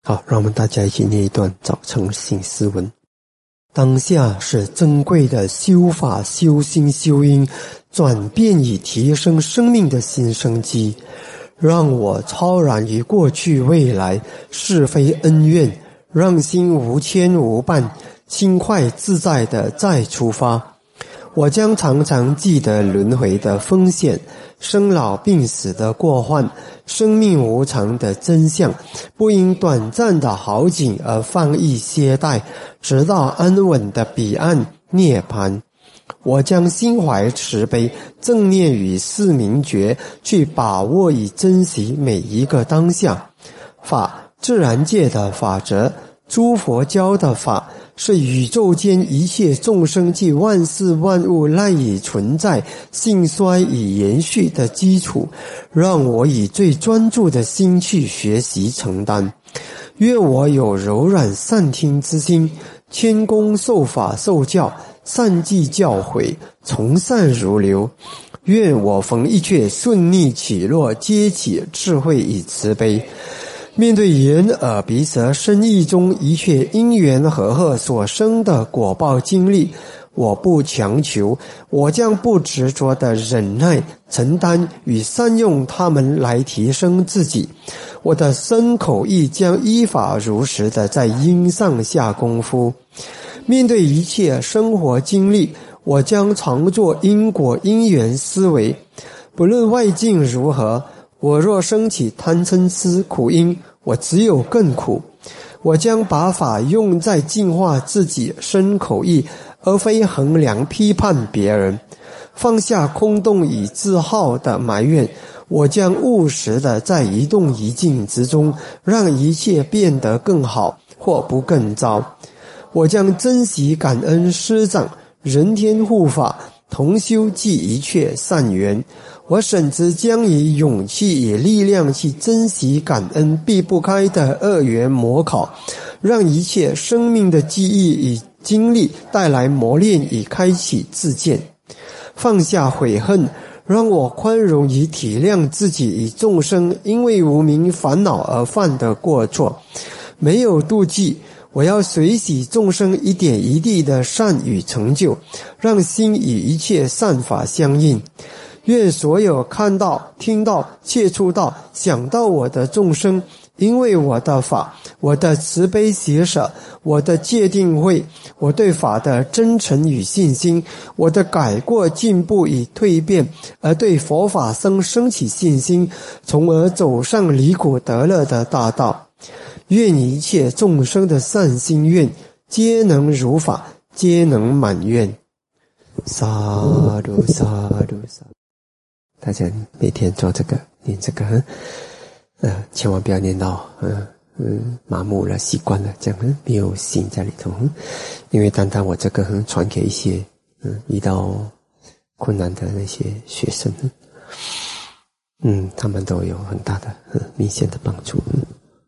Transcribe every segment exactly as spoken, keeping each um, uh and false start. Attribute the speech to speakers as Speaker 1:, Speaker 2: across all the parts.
Speaker 1: 好，让我们大家一起念一段早晨醒思文。当下是珍贵的修法、修心、修因转变以提升生命的新生机，让我超然于过去未来是非恩怨，让心无牵无绊，轻快自在地再出发。我将常常记得轮回的风险，生老病死的过患，生命无常的真相，不因短暂的好景而放逸懈怠，直到安稳的彼岸涅槃。我将心怀慈悲，正念与四明觉，去把握与珍惜每一个当下。法，自然界的法则，诸佛教的法，是宇宙间一切众生及万事万物赖以存在、兴衰与延续的基础，让我以最专注的心去学习承担。愿我有柔软善听之心，谦恭受法受教，善记教诲，从善如流。愿我逢一切顺逆起落，皆起智慧与慈悲。面对眼耳鼻舌身意中一切因缘和合所生的果报经历，我不强求，我将不执着的忍耐、承担与善用它们来提升自己。我的身口意将依法如实的在因上下功夫。面对一切生活经历，我将常做因果因缘思维。不论外境如何，我若升起贪嗔痴苦因，我只有更苦。我将把法用在净化自己身口意，而非衡量批判别人。放下空洞与自耗的埋怨，我将务实的在一动一静之中，让一切变得更好或不更糟。我将珍惜感恩师长、人天护法，同修济一切善缘。我甚至将以勇气与力量去珍惜感恩避不开的恶缘魔考，让一切生命的记忆与经历带来磨练与开启自见。放下悔恨，让我宽容与体谅自己与众生因为无明烦恼而犯的过错，没有妒忌。我要随喜众生一点一滴的善与成就，让心与一切善法相应。愿所有看到、听到、接触到、想到我的众生，因为我的法、我的慈悲喜舍、我的戒定慧、我对法的真诚与信心、我的改过进步与蜕变，而对佛法生升起信心，从而走上离苦得乐的大道。愿一切众生的善心愿，皆能如法，皆能满愿。萨埵萨埵萨。大家每天做这个念这个，呃，千万不要念到嗯嗯麻木了、习惯了，这样嗯没有心在里头。嗯、因为单单我这个嗯传给一些嗯遇到困难的那些学生，嗯，嗯他们都有很大的嗯明显的帮助。嗯，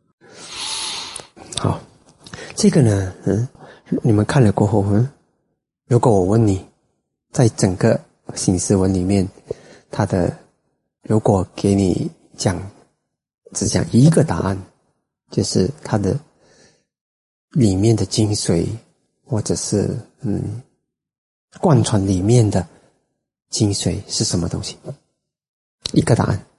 Speaker 1: 好，这个呢，嗯，你们看了过后，嗯，如果我问你，在整个醒思文里面，他的如果给你讲只讲一个答案，就是他的里面的精髓，或者是嗯贯穿里面的精髓是什么东西？一个答案，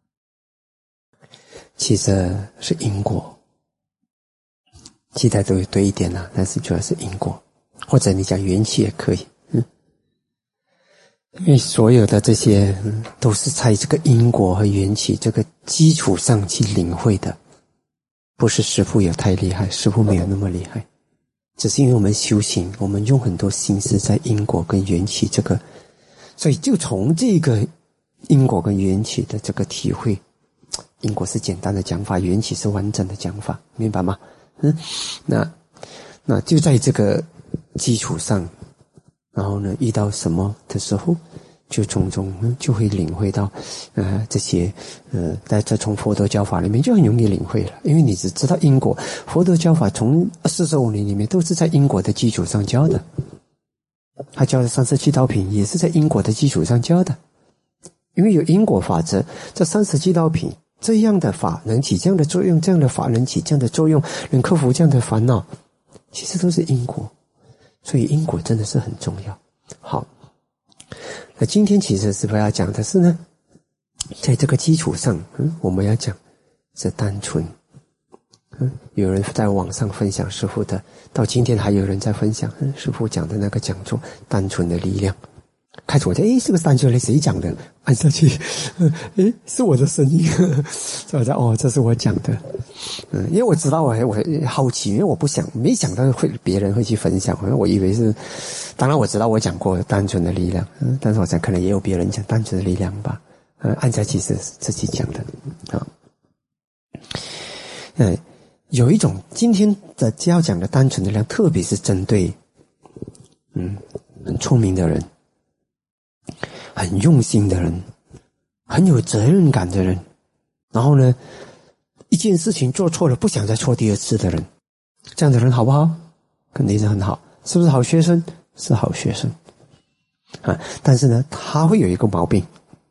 Speaker 1: 其实是因果。记得都对一点啦、啊，但是主要是因果，或者你讲缘起也可以。嗯，因为所有的这些、嗯、都是在这个因果和缘起这个基础上去领会的，不是师父有太厉害，师父没有那么厉害，只是因为我们修行，我们用很多心思在因果跟缘起这个，所以就从这个因果跟缘起的这个体会，因果是简单的讲法，缘起是完整的讲法，明白吗？嗯，那那就在这个基础上，然后呢，遇到什么的时候，就从中就会领会到，呃，这些呃，在这从佛陀教法里面就很容易领会了，因为你只知道因果。佛陀教法从四十五年里面都是在因果的基础上教的，他教的三十七道品也是在因果的基础上教的，因为有因果法则，这三十七道品这样的法能起这样的作用，这样的法能起这样的作用，能克服这样的烦恼，其实都是因果。所以因果真的是很重要。好，那今天其实师父要讲的是呢，在这个基础上，嗯，我们要讲是单纯。嗯，有人在网上分享师父的，到今天还有人在分享，嗯，师父讲的那个讲座《单纯的力量》。开始我就诶，这个单纯的谁讲的？按下去，诶，是我的声音。所以我在哦，这是我讲的。嗯，因为我知道我我好奇，因为我不想没想到会别人会去分享，我以为是，当然我知道我讲过单纯的力量，嗯，但是我想可能也有别人讲单纯的力量吧。嗯，按下去是自己讲的啊。嗯，有一种今天的要讲的单纯的力量，特别是针对嗯很聪明的人。很用心的人，很有责任感的人，然后呢，一件事情做错了不想再错第二次的人，这样的人好不好？肯定是很好。是不是好学生？是好学生啊。但是呢，他会有一个毛病，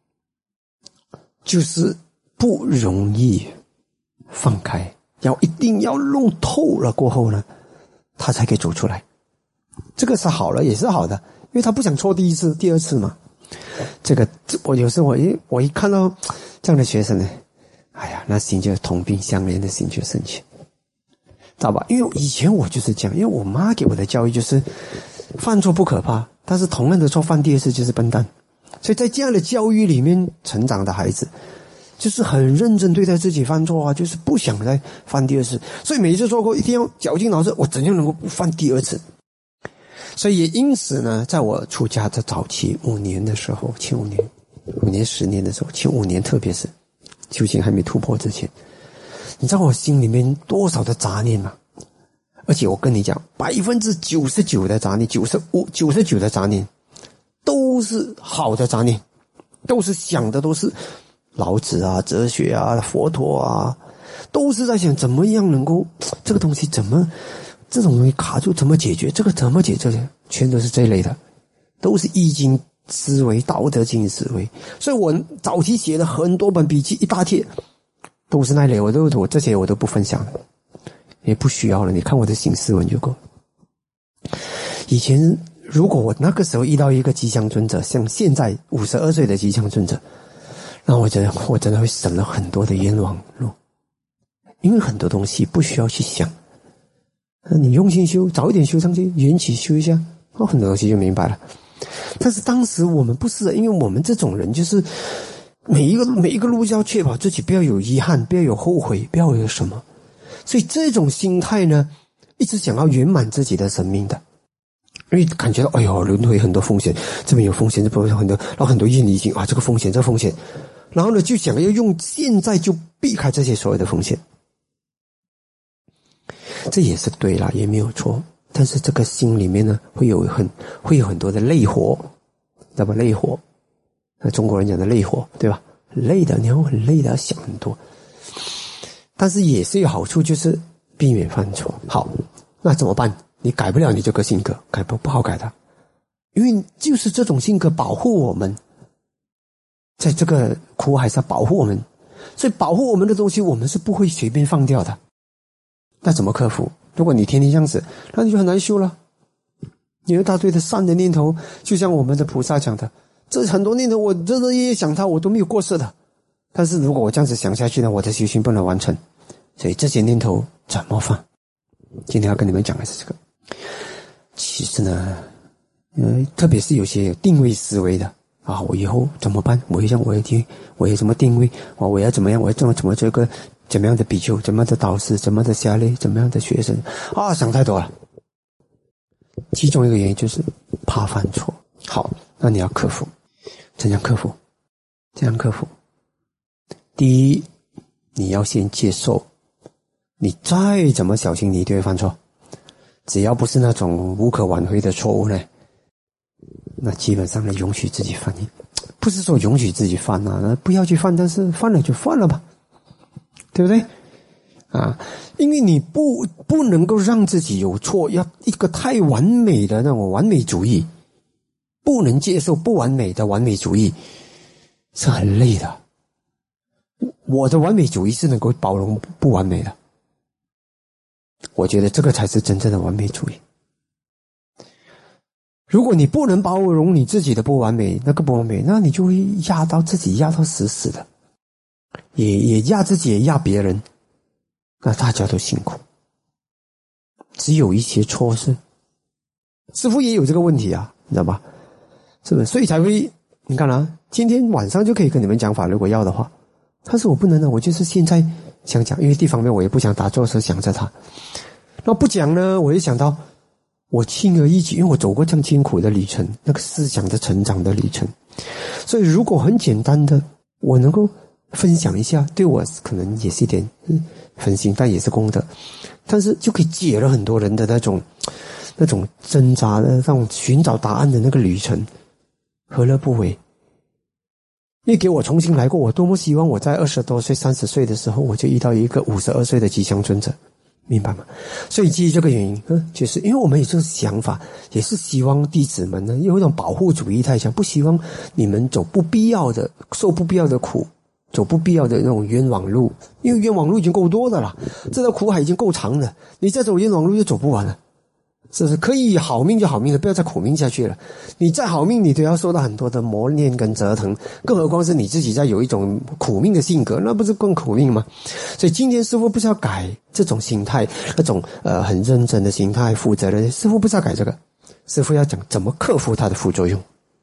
Speaker 1: 就是不容易放开，要一定要弄透了过后呢，他才可以走出来。这个是好了，也是好的，因为他不想错第一次、第二次嘛。这个我有时候我一我一看到这样的学生呢，哎呀，那心就同病相怜的心就生气，知道吧？因为以前我就是这样，因为我妈给我的教育就是犯错不可怕，但是同样的错犯第二次就是笨蛋。所以在这样的教育里面成长的孩子，就是很认真对待自己犯错啊，就是不想再犯第二次。所以每一次错过一定要绞尽脑汁，我怎样能够不犯第二次？所以也因此呢，在我出家的早期五年的时候，前五年、五年、十年的时候，前五年特别是修行还没突破之前，你知道我心里面多少的杂念吗？而且我跟你讲，百分之九十九的杂念，九十五、九十九的杂念，都是好的杂念，都是想的都是老子啊、哲学啊、佛陀啊，都是在想怎么样能够这个东西怎么。这种东西卡住怎么解决？这个怎么解决？全都是这一类的，都是易经思维、道德经思维。所以我早期写了很多本笔记，一大帖，都是那类。我都我这些我都不分享了，也不需要了。你看我的行思文就够。以前如果我那个时候遇到一个吉祥尊者，像现在五十二岁的吉祥尊者，那我觉得我真的会省了很多的冤枉路，因为很多东西不需要去想。你用心修，早一点修上去，缘起修一下，哦，很多东西就明白了。但是当时我们不是，因为我们这种人就是每一个每一个路就要确保自己不要有遗憾，不要有后悔，不要有什么。所以这种心态呢，一直想要圆满自己的生命的，因为感觉到哎呦轮回很多风险，这边有风险，这边有很多，然后很多业力性啊，这个风险，这个风险，然后呢就想要用现在就避开这些所有的风险。这也是对啦，也没有错。但是这个心里面呢，会有很会有很多的累火，知道吧？累火，那中国人讲的累火，对吧？很累的，你要很累的，要想很多。但是也是有好处，就是避免犯错。好，那怎么办？你改不了你这个性格，改不不好改的，因为就是这种性格保护我们，在这个苦海上保护我们，所以保护我们的东西，我们是不会随便放掉的。那怎么克服？如果你天天这样子，那你就很难修了。有一大堆的善的念头，就像我们的菩萨讲的，这很多念头我日日夜夜想它，我都没有过失的。但是如果我这样子想下去呢，我的修行不能完成。所以这些念头怎么放？今天要跟你们讲的是这个。其实呢，呃，特别是有些有定位思维的啊，我以后怎么办？我想我要定，我要怎么定位？我我要怎么样？我要怎么怎么这个？怎么样的比丘，怎么样的导师，怎么样的下类，怎么样的学生啊，想太多了。其中一个原因就是怕犯错。好，那你要克服，怎样克服？怎样克服？第一，你要先接受，你再怎么小心，你一定会犯错。只要不是那种无可挽回的错误呢，那基本上呢，允许自己犯。不是说允许自己犯啊，那不要去犯，但是犯了就犯了吧。对不对啊？因为你不不能够让自己有错，要一个太完美的那种完美主义，不能接受不完美的完美主义，是很累的。 我的完美主义是能够包容不完美的。我觉得这个才是真正的完美主义。如果你不能包容你自己的不完美，那个不完美，那你就会压到自己，压到死死的，也也压自己，也压别人，那大家都辛苦。只有一些错事，师父也有这个问题啊，你知道吧？是不是？所以才会，你看啊，今天晚上就可以跟你们讲法，如果要的话。但是我不能呢，我就是现在想讲，因为一方面我也不想打坐时想着他，那不讲呢，我也想到我轻而易举，因为我走过这样艰苦的旅程，那个思想的成长的旅程，所以如果很简单的我能够分享一下，对我可能也是一点分心，但也是功德，但是就可以解了很多人的那种那种挣扎的那种寻找答案的那个旅程，何乐不为？因为给我重新来过，我多么希望我在二十多岁、三十岁的时候，我就遇到一个五十二岁的吉祥尊者，明白吗？所以基于这个原因，嗯，就是因为我们有这个想法，也是希望弟子们呢有一种保护主义太强，不希望你们走不必要的、受不必要的苦，走不必要的那种冤枉路，因为冤枉路已经够多的了，这条苦海已经够长了，你再走冤枉路就走不完了。是不是可以好命就好命了，不要再苦命下去了。你再好命，你都要受到很多的磨练跟折腾，更何况是你自己在有一种苦命的性格，那不是更苦命吗？所以今天师父不是要改这种心态，那种呃很认真的心态、负责任，师父不是要改这个，师父要讲怎么克服它的副作用。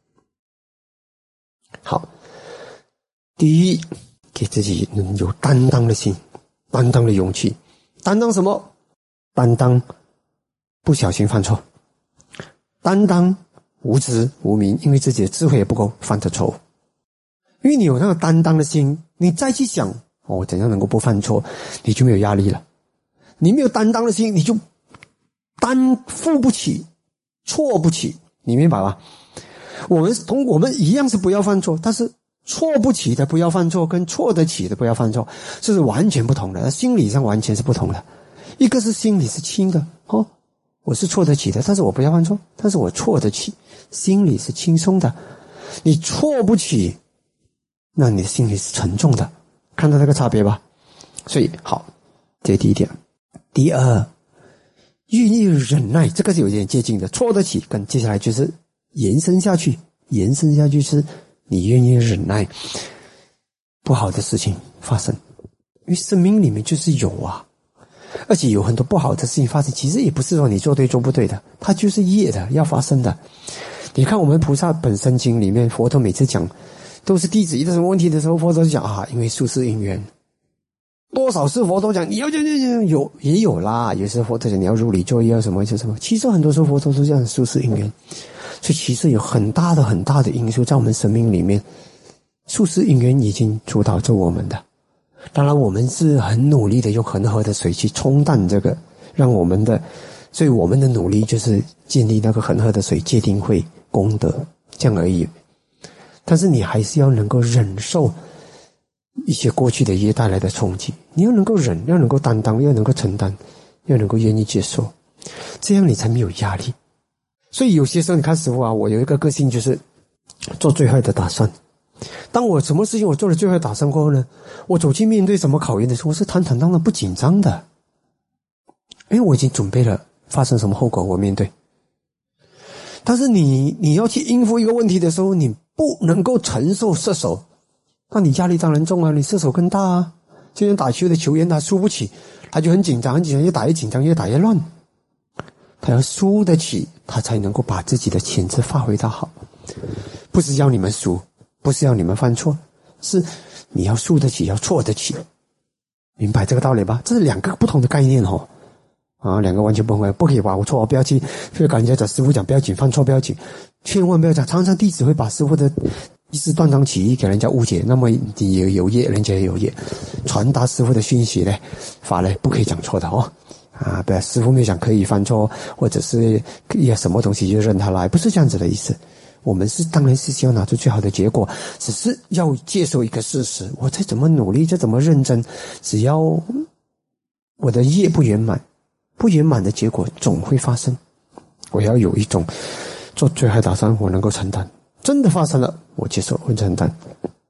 Speaker 1: 好，第一，给自己能有担当的心，担当的勇气。担当什么？担当不小心犯错，担当无知无明，因为自己的智慧也不够犯的错误。因为你有那个担当的心，你再去想哦怎样能够不犯错，你就没有压力了。你没有担当的心，你就担负不起，错不起，你明白吧？我们同我们一样是不要犯错，但是错不起的不要犯错，跟错得起的不要犯错，这是完全不同的，心理上完全是不同的。一个是心里是轻的哦。我是错得起的，但是我不要犯错，但是我错得起，心里是轻松的。你错不起，那你的心里是沉重的，看到这个差别吧？所以好，这是第一点。第二，愿意忍耐，这个是有点接近的，错得起跟接下来就是延伸下去，延伸下去是你愿意忍耐不好的事情发生，因为生命里面就是有啊。而且有很多不好的事情发生，其实也不是说你做对做不对的，它就是业的要发生的。你看我们菩萨本身经里面，佛陀每次讲都是弟子遇到什么问题的时候，佛陀就讲啊，因为宿世因缘。多少次佛陀讲你要讲讲讲有也有啦，有时候佛陀讲你要如理作意要什么就什么，其实很多时候佛陀都这样宿世因缘。所以其实有很大的很大的因素在我们生命里面，宿世因缘已经主导着我们的。当然我们是很努力的用恒河的水去冲淡这个，让我们的，所以我们的努力就是建立那个恒河的水戒定慧功德这样而已。但是你还是要能够忍受一些过去的业带来的冲击，你要能够忍，要能够担当，要能够承担，要能够愿意接受，这样你才没有压力。所以有些时候你看师父啊，我有一个个性就是做最坏的打算。当我什么事情我做了最坏打算过后呢，我走去面对什么考验的时候，我是坦坦荡荡不紧张的，因为我已经准备了发生什么后果我面对。但是你你要去应付一个问题的时候，你不能够承受失手，那你压力当然重啊，你失手更大啊。就像打球的球员，他输不起，他就很紧张很紧张，越打越紧张，越打越乱。他要输得起，他才能够把自己的潜质发挥到好。不是要你们输，不是要你们犯错，是你要输得起，要错得起，明白这个道理吧？这是两个不同的概念哦，啊，两个完全不同，不可以把我错，不要去，就感觉找师父讲不要紧，犯错不要紧，千万不要讲。常常弟子会把师父的一时断章取义给人家误解，那么你有有业，人家也有业，传达师父的讯息呢，法呢不可以讲错的哦。啊，不要师父没有讲可以犯错，或者是也什么东西就任他来，不是这样子的意思。我们是当然是希望拿出最好的结果，只是要接受一个事实，我再怎么努力，再怎么认真，只要我的业不圆满，不圆满的结果总会发生。我要有一种做最坏打算，我能够承担，真的发生了，我接受，我承担。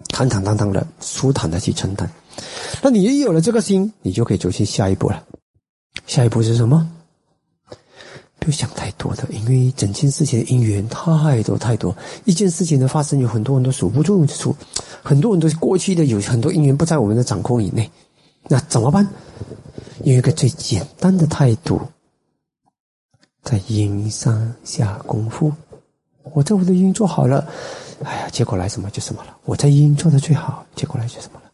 Speaker 1: 坦坦荡荡的、舒坦的去承担。那你一有了这个心，你就可以走进下一步了。下一步是什么？不要想太多的，因为整件事情的因缘太多太多，一件事情的发生有很多很多数不清之处，很多很多过去的有很多因缘不在我们的掌控以内。那怎么办？有一个最简单的态度，在因上下功夫。我在我的因做好了，哎呀，结果来什么就什么了。我在因做的最好，结果来就什么了。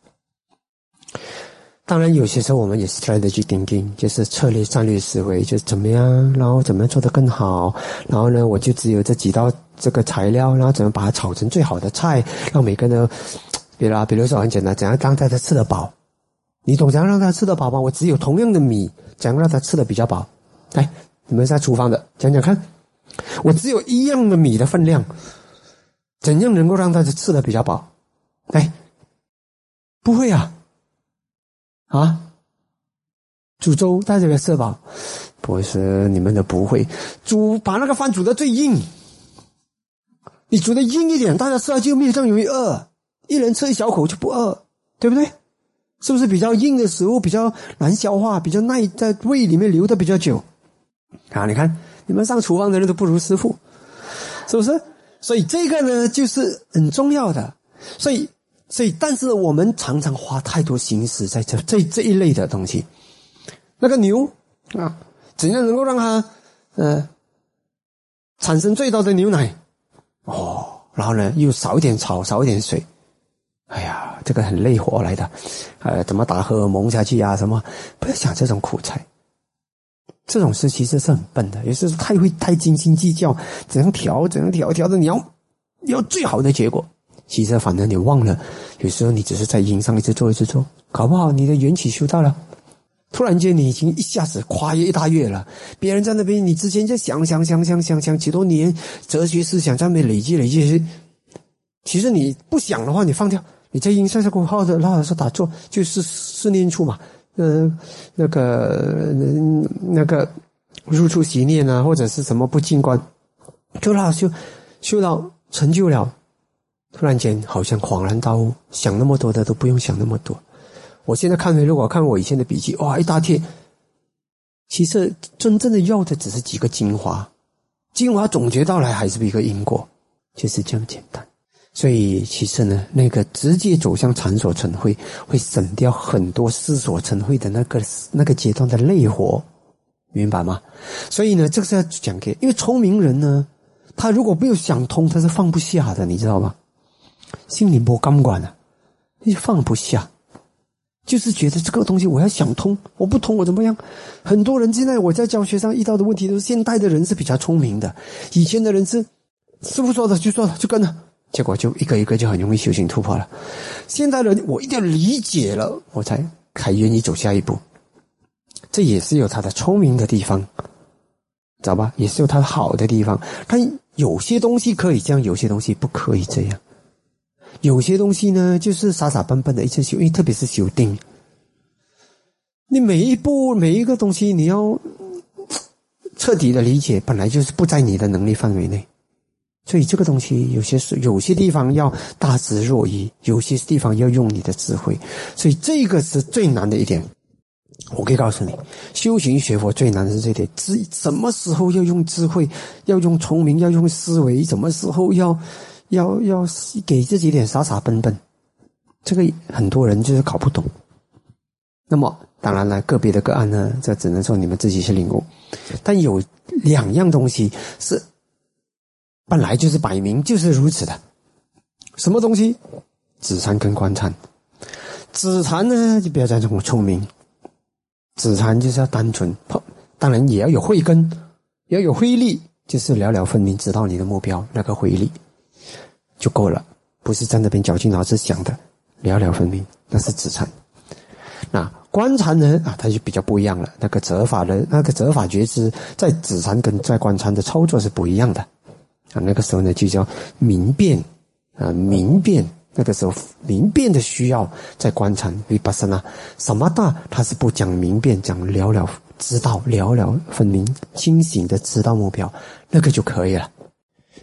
Speaker 1: 当然有些时候我们也是 strategy thinking， 就是策略战略思维，就是怎么样，然后怎么样做得更好，然后呢我就只有这几道这个材料，然后怎么把它炒成最好的菜，让每个人都比如比如说很简单，怎样让大家吃得饱。你懂怎样让他吃得饱吗？我只有同样的米，怎样让他吃得比较饱？来，你们在厨房的讲讲看，我只有一样的米的分量，怎样能够让他吃得比较饱？来，不会啊啊！煮粥大家给吃饱，不是你们的不会，煮把那个饭煮得最硬，你煮得硬一点，大家吃了就没有这样容易饿，一人吃一小口就不饿，对不对？是不是比较硬的食物比较难消化，比较耐在胃里面留的比较久啊？你看你们上厨房的人都不如师傅，是不是？所以这个呢就是很重要的。所以所以但是我们常常花太多心思在这这这一类的东西。那个牛啊，怎样能够让它呃产生最大的牛奶？哦，然后呢又少一点草，少一点水。哎呀，这个很累活来的，呃，怎么打荷尔蒙下去啊？什么？不要想这种苦差，这种事其实是很笨的，有时候太会太斤斤计较，怎样调怎样调，调的你要你要最好的结果。其实反正你忘了，有时候你只是在因上一直做一直做，搞不好你的缘起修到了，突然间你已经一下子跨越一大月了，别人在那边你之前在想想想想想想几多年哲学思想在那边累积累积，其实你不想的话你放掉。你在因上下功夫，或者或者是打坐，就是试念处嘛，呃，那个那个入处习念啊，或者是什么不净观，就让修修到成就了，突然间好像恍然大悟，想那么多的都不用想那么多。我现在看回，如果看我以前的笔记，哇，一大帖，其实真正的要的只是几个精华，精华总结到来还是一个因果，就是这样简单。所以其实呢，那个直接走向禅所成慧，会省掉很多思所成慧的那个那个阶段的累活，明白吗？所以呢，这个是要讲给，因为聪明人呢，他如果没有想通，他是放不下的，你知道吗？心里没感管啊，你放不下，就是觉得这个东西我要想通，我不通我怎么样？很多人现在我在教学上遇到的问题都是，现代的人是比较聪明的，以前的人是师父说的就做了就跟了。结果就一个一个就很容易修行突破了。现在人我一定要理解了，我才才愿意走下一步。这也是有他的聪明的地方，知道吧？也是有他的好的地方。但有些东西可以这样，有些东西不可以这样。有些东西呢，就是傻傻笨笨的一直修，因为特别是修定，你每一步每一个东西，你要彻底的理解，本来就是不在你的能力范围内。所以这个东西有些有些地方要大智若愚，有些地方要用你的智慧，所以这个是最难的一点。我可以告诉你，修行学佛最难的是这一点，智什么时候要用智慧，要用聪明，要用思维，什么时候要要要给自己一点傻傻笨笨，这个很多人就是搞不懂。那么当然了，个别的个案呢，这只能说你们自己去领悟。但有两样东西是本来就是摆明就是如此的，什么东西？止禅跟观禅。止禅呢，就不要再这么聪明，止禅就是要单纯，当然也要有慧根，也要有慧力，就是了了分明，知道你的目标，那个慧力就够了，不是在那边绞尽脑汁想的，了了分明，那是止禅。那观禅呢啊，它就比较不一样了，那个折法的那个折法觉知，在止禅跟在观禅的操作是不一样的。啊，那个时候呢就叫明辨啊，明辨那个时候明辨的需要在观禅vipassana，萨玛达它是不讲明辨，讲了了知道，了了分明，清醒的知道目标，那个就可以了。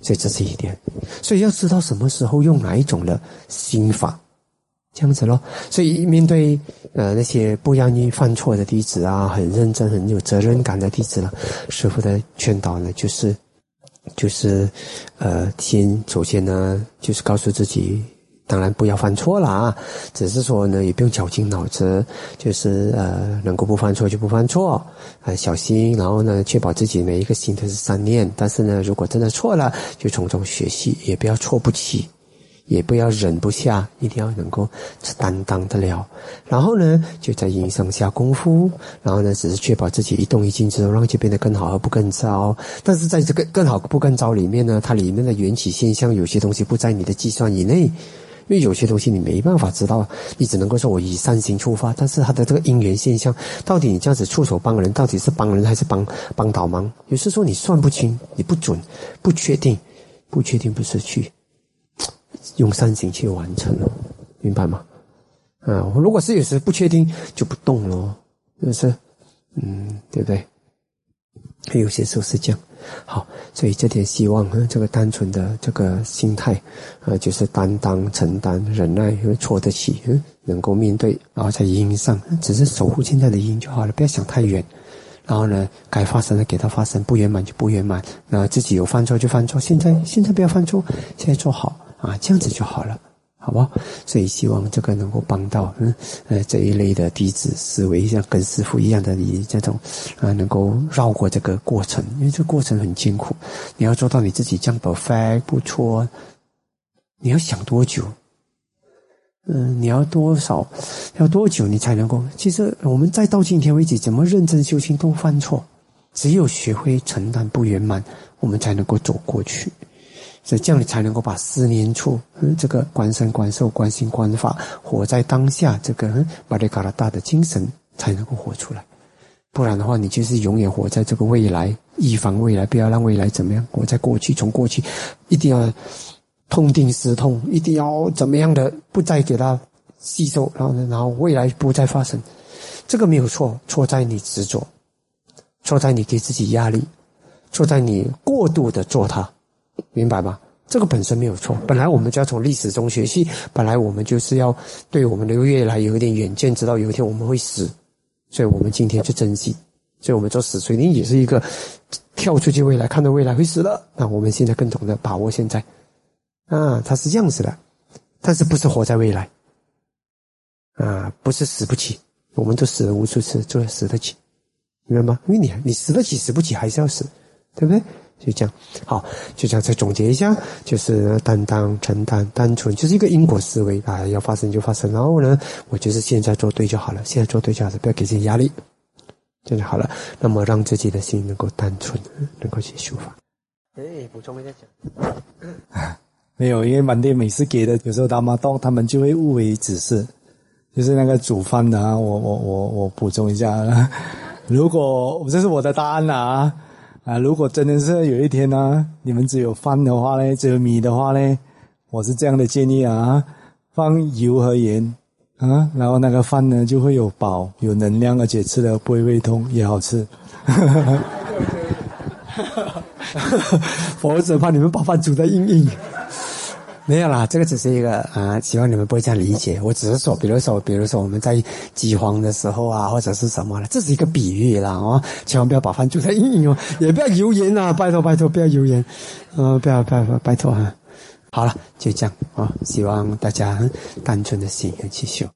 Speaker 1: 所以这是一点。所以要知道什么时候用哪一种的心法，这样子咯。所以面对呃那些不愿意犯错的弟子啊，很认真很有责任感的弟子了，师父的劝导呢就是就是呃先首先呢就是告诉自己，当然不要犯错啦，只是说呢也不用绞尽脑汁，就是呃能够不犯错就不犯错，呃小心，然后呢确保自己每一个心都是善念，但是呢如果真的错了就从中学习，也不要错不起，也不要忍不下，一定要能够担当得了。然后呢就在因上下功夫，然后呢只是确保自己一动一静之后让其变得更好而不更糟。但是在这个更好不更糟里面呢，它里面的缘起现象有些东西不在你的计算以内，因为有些东西你没办法知道，你只能够说我以善心出发，但是它的这个因缘现象，到底你这样子出手帮人，到底是帮人还是帮帮倒忙，有时说你算不清，你不准，不确定，不确定不是去用善心去完成了，明白吗？啊，如果是有时不确定就不动了，是不是？嗯，对不对？有些时候是这样。好，所以这点希望呢，这个单纯的这个心态，呃，就是担当、承担、忍耐，错得起，嗯，能够面对，然后在因上，只是守护现在的因就好了，不要想太远。然后呢，该发生的给它发生，不圆满就不圆满，那自己有犯错就犯错，现在现在不要犯错，现在做好啊，这样子就好了。好不好？所以希望这个能够帮到嗯呃这一类的弟子思维，像跟师父一样的你这种啊、呃，能够绕过这个过程，因为这个过程很艰苦，你要做到你自己这样 perfect 不错，你要想多久？嗯、呃，你要多少？要多久你才能够？其实我们再到今天为止，怎么认真修行都犯错，只有学会承担不圆满，我们才能够走过去。所以这样你才能够把四念处、嗯、这个观身观受观心观法活在当下，这个巴利嘎拉达的精神才能够活出来。不然的话你就是永远活在这个未来，预防未来，不要让未来怎么样，活在过去，从过去一定要痛定思痛，一定要怎么样的不再给它吸收，然后呢然后未来不再发生。这个没有错，错在你执着，错在你给自己压力，错在你过度的做它，明白吗？这个本身没有错，本来我们就要从历史中学习，本来我们就是要对我们的未来有一点远见，知道有一天我们会死，所以我们今天就珍惜，所以我们做死水灵也是一个跳出去未来，看到未来会死了，那我们现在更懂得把握现在啊，它是这样子的，但是不是活在未来啊，不是死不起，我们都死了无数次，就死得起，明白吗？因为你你死得起死不起还是要死，对不对？就这样，好，就这样再总结一下，就是担当、承担、单纯，就是一个因果思维啊，要发生就发生，然后呢，我就是现在做对就好了，现在做对就好了，不要给自己压力，这样就好了。那么让自己的心能够单纯，能够去修法。哎，补充一下讲，
Speaker 2: 没有，因为满店每次给的，有时候达妈洞他们就会误为指示，就是那个煮饭的啊，我我我我补充一下，如果这是我的答案啊。啊，如果真的是有一天呢、啊，你们只有饭的话呢，只有米的话呢，我是这样的建议啊，放油和盐啊，然后那个饭呢就会有饱，有能量，而且吃了不会胃痛，也好吃。
Speaker 1: 否则怕你们把饭煮得硬硬。没有啦，这个只是一个啊，希望你们不会这样理解。我只是说，比如说，比如说我们在饥荒的时候啊，或者是什么了，这是一个比喻啦哦，千万不要把饭煮得硬硬哦，也不要油盐啊，拜托拜托，不要油盐，呃，不要不要不要拜托啊。好了，就这样啊、哦，希望大家单纯的心去修。